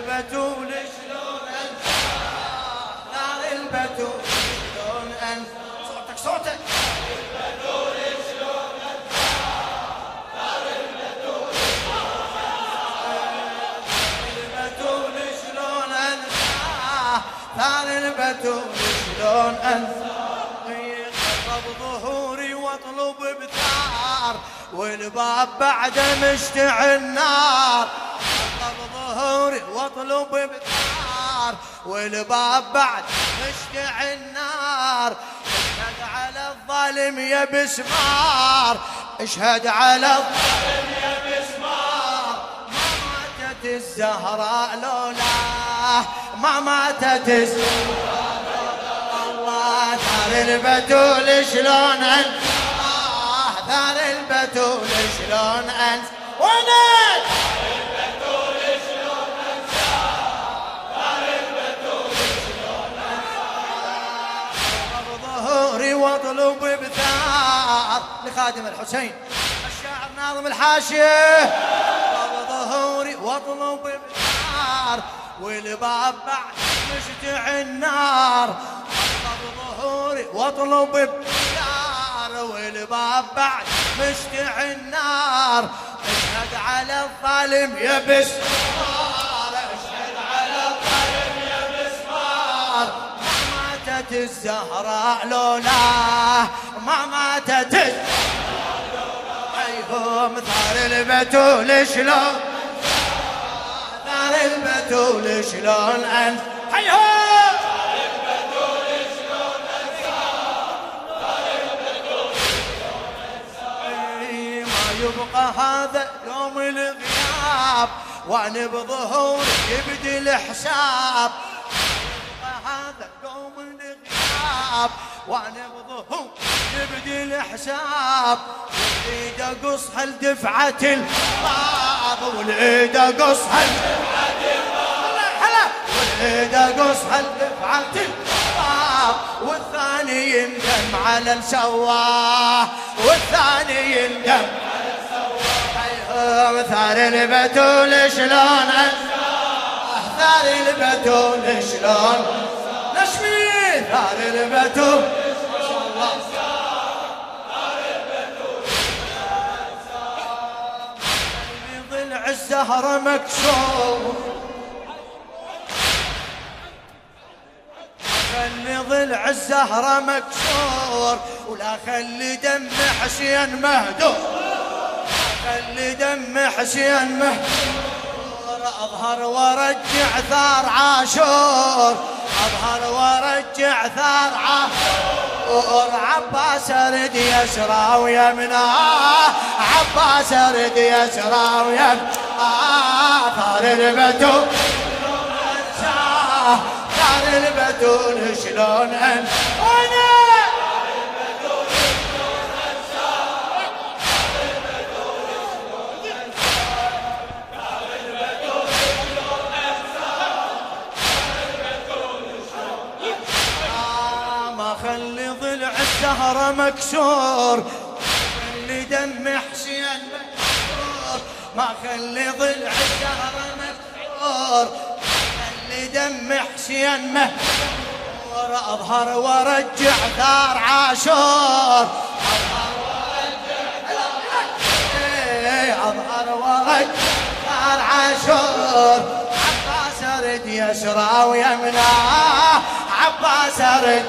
البتول شلون انساه ثار البتول شلون انساه صوتك صوتك البتول شلون انساه ثار البتول البتول شلون انساه ثار البتول شلون انساه قرب ظهوري واطلب بثار والباب بعده مشتعل نار قرب ظهوري واطلب بثار والباب بعد مشتعل نار اشهد على الظالم يا بسمار اشهد على الظالم يا بسمار ما ماتت الزهراء لولا ما ماتت الزهراء الله ثار البتول شلون انساه ثار البتول شلون انساه ونك ثار البتول شلون انساه ثار البتول شلون انساه ظهوري واطلب بثار لخادم الحسين الشاعر ناظم الحاشيه ظهوري واطلب بثار والباب بعد مشتعل النار ظهوري واطلب بثار والباب بعد مشتعل النار اشهد على الظالم يا بسمار اشهد على الظالم يا بسمار ما ماتت الزهراء لولا ما ماتت الزهراء لولا ايهم ثار البتول شلون ثار البتول شلون انت حيهم يبقى هذا يوم الغياب وانا بظهور يبدي الحساب يبقى هذا يوم الغياب وانا بظهور يبدي الحساب والعيد اقصها لدفعة الباب والعيد اقصها لدفعة الباب هلا والعيد اقصها لدفعة الباب والثاني يندم على السواه والثاني يندم ثار البتول شلون انساه ثار البتول شلون نشمي ثار البتول ما شاء الله ثار البتول ضلع الزهرة مكسور خلي ضلع الزهرة مكسور ولا خلي دم حسين مهدور خلي دم حسين مهدور اظهر وارجع ثار عاشور اظهر وارجع ثار عاشور عباس ارد يسرى ويمناه عباس ارد يسرى ويمناه ثار البتول شلون انساه ثار البتول شلون انساه خلي ضلع الزهرة مكسور خلي دم حسين مكسور ما خلي ضلع الزهرة مكسور خلي دم حسين مكسور اظهر وارجع ثار عاشور اظهر وارجع ثار عاشور عباس ارد يسرى ويمناه عباس ارد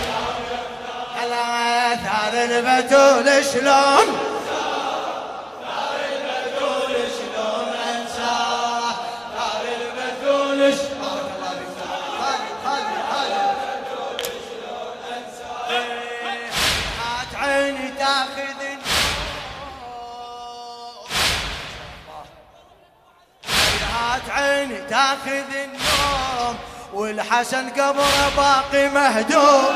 ثار البتول شلون ثار البتول شلون انساه ثار البتول بارك الله فيك هات عيني تاخذ هات عيني تاخذ النوم والحسن قبره باقي مهدوم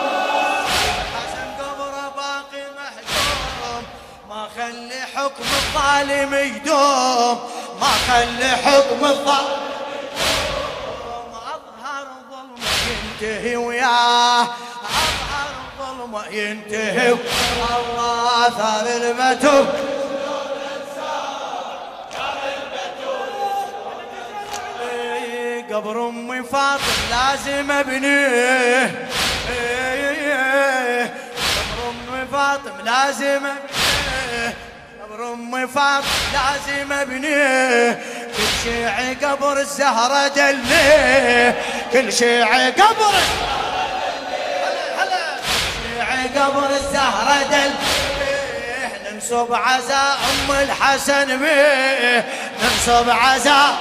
ما خلي حكم الظالم يدوم ما خلي حكم الظالم يدوم اظهر ظلمه ينتهي وياه اظهر ظلمه ينتهي الله ثار البتول قبر أمي فاطم لازم أبنيه، قبر أمي فاطم لازم أبنيه، قبر أمي فاطم لازم أبنيه، كل شيعي قبر الزهرة دليه، كل شيعي قبر قبر الزهرة دليه، ننصب عزاء أم الحسن به، ننصب عزاء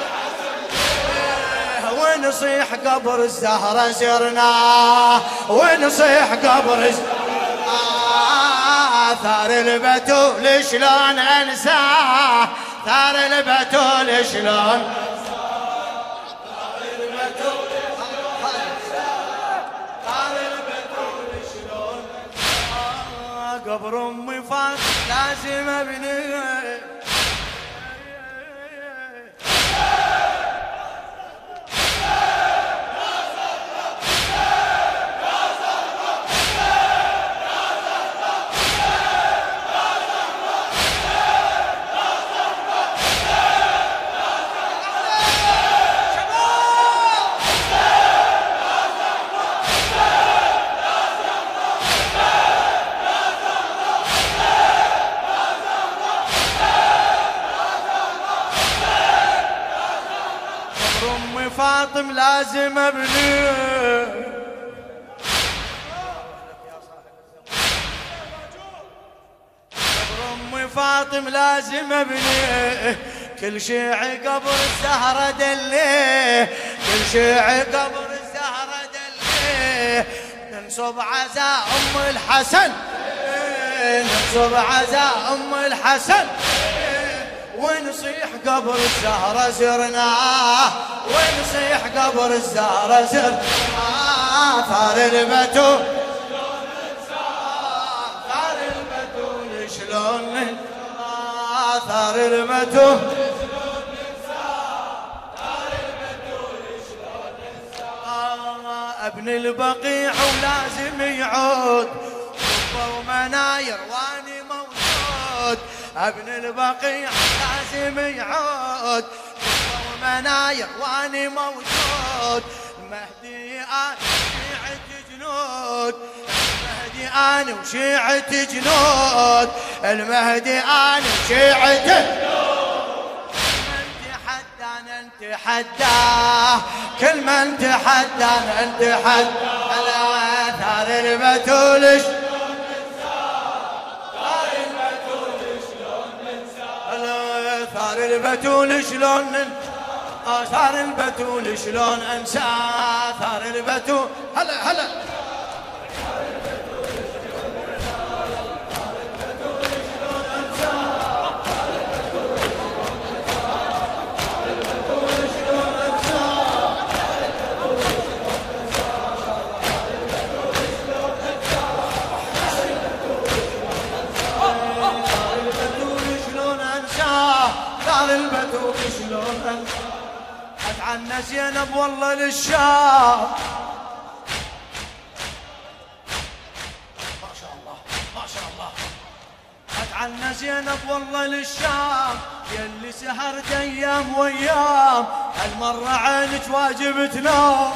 ونصيح قبر الزهرة زرنا، ونصيح قبر الزهرة. ثار البتول شلون أنساه، ثار البتول شلون، قبر أمي فاطم لازم أبنيه. فاطم لازم أبنيه، قبر أمي فاطم لازم أبنيه، كل شيعي قبر الزهرة دليه، كل شيعي قبر الزهرة دليه، ننصب عزاء أم الحسن، ننصب عزاء أم الحسن ونصيح قبر الزهرة زرناه، ونصيح قبر الزهرة زرناه. ثار البتول ثار البتول شلون، ثار البتول ابن البقيع ولازم يعود، ومناير واني موجود، ابن البقيع لازم يعود، ومناير واني موجود، المهدي انا وشيعة جنود، المهدي انا وشيعة جنود، المهدي انا وشيعة جنود، من تحداه كل من تحدانا نتحدى، ثار البتول ثار البتول شلون، ثار البتول شلون انساه، ثار البتول هلا هلا البتول شلون انساه، اتعنى زينب والله للشام، ما شاء الله ما شاء الله، اتعنى زينب والله للشام، يلي سهرت ايام وايام، هالمرة عينك واجب تنام،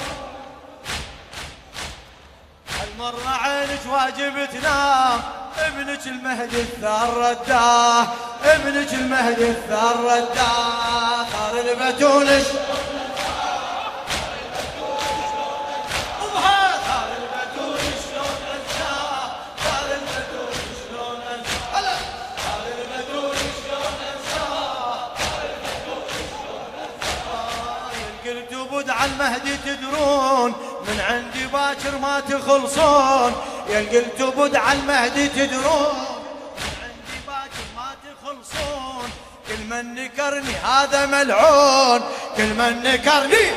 هالمرة عينك واجب تنام، ابنك المهدي الثار رداه، ابنك المهدي الثار رداه، ثار البتول ثار البتول شلون انساه، ثار البتول شلون انساه، هلا ثار البتول شلون انساه، ثار البتول شلون انساه. قلت بود على المهدي تدرون، من عندي باكر ما تخلصون، يا قلت بود على المهدي تدرون، من عندي باكر ما تخلصون، كل من نكرني هذا ملعون، كل من نكرني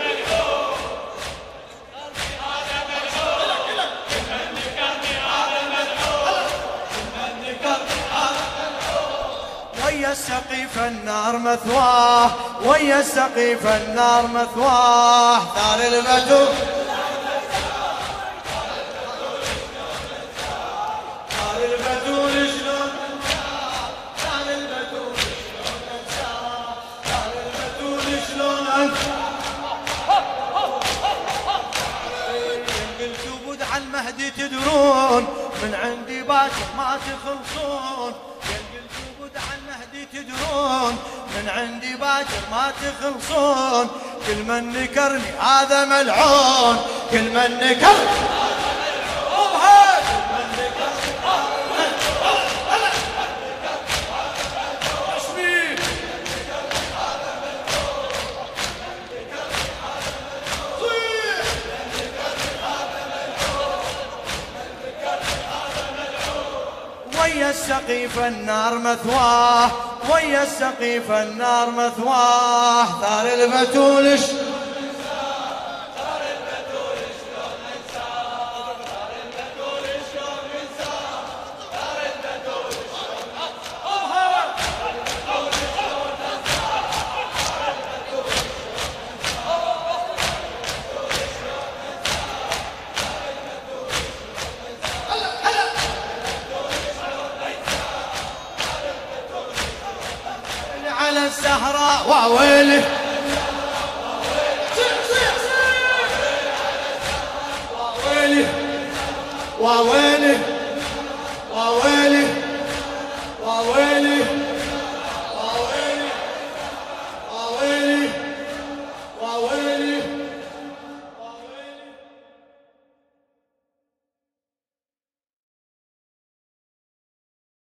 ويا السقيف النار مثواه، ويا السقيف النار مثواه، ثار البتول ثار البتول شلون انساه، ثار البتول شلون انساه، ثار البتول شلون انساه. المهدي تدرون، من عندي باكر ما تخلصون. القلوب عن المهدي تدرون، من عندي باكر ما تخلصون. كل من نكرني هذا ملعون، كل من نكرني ويا السقيف النار مثواه، ويا السقيف النار مثواه. ثار الفتول على الزهراء واويله، واويله واويله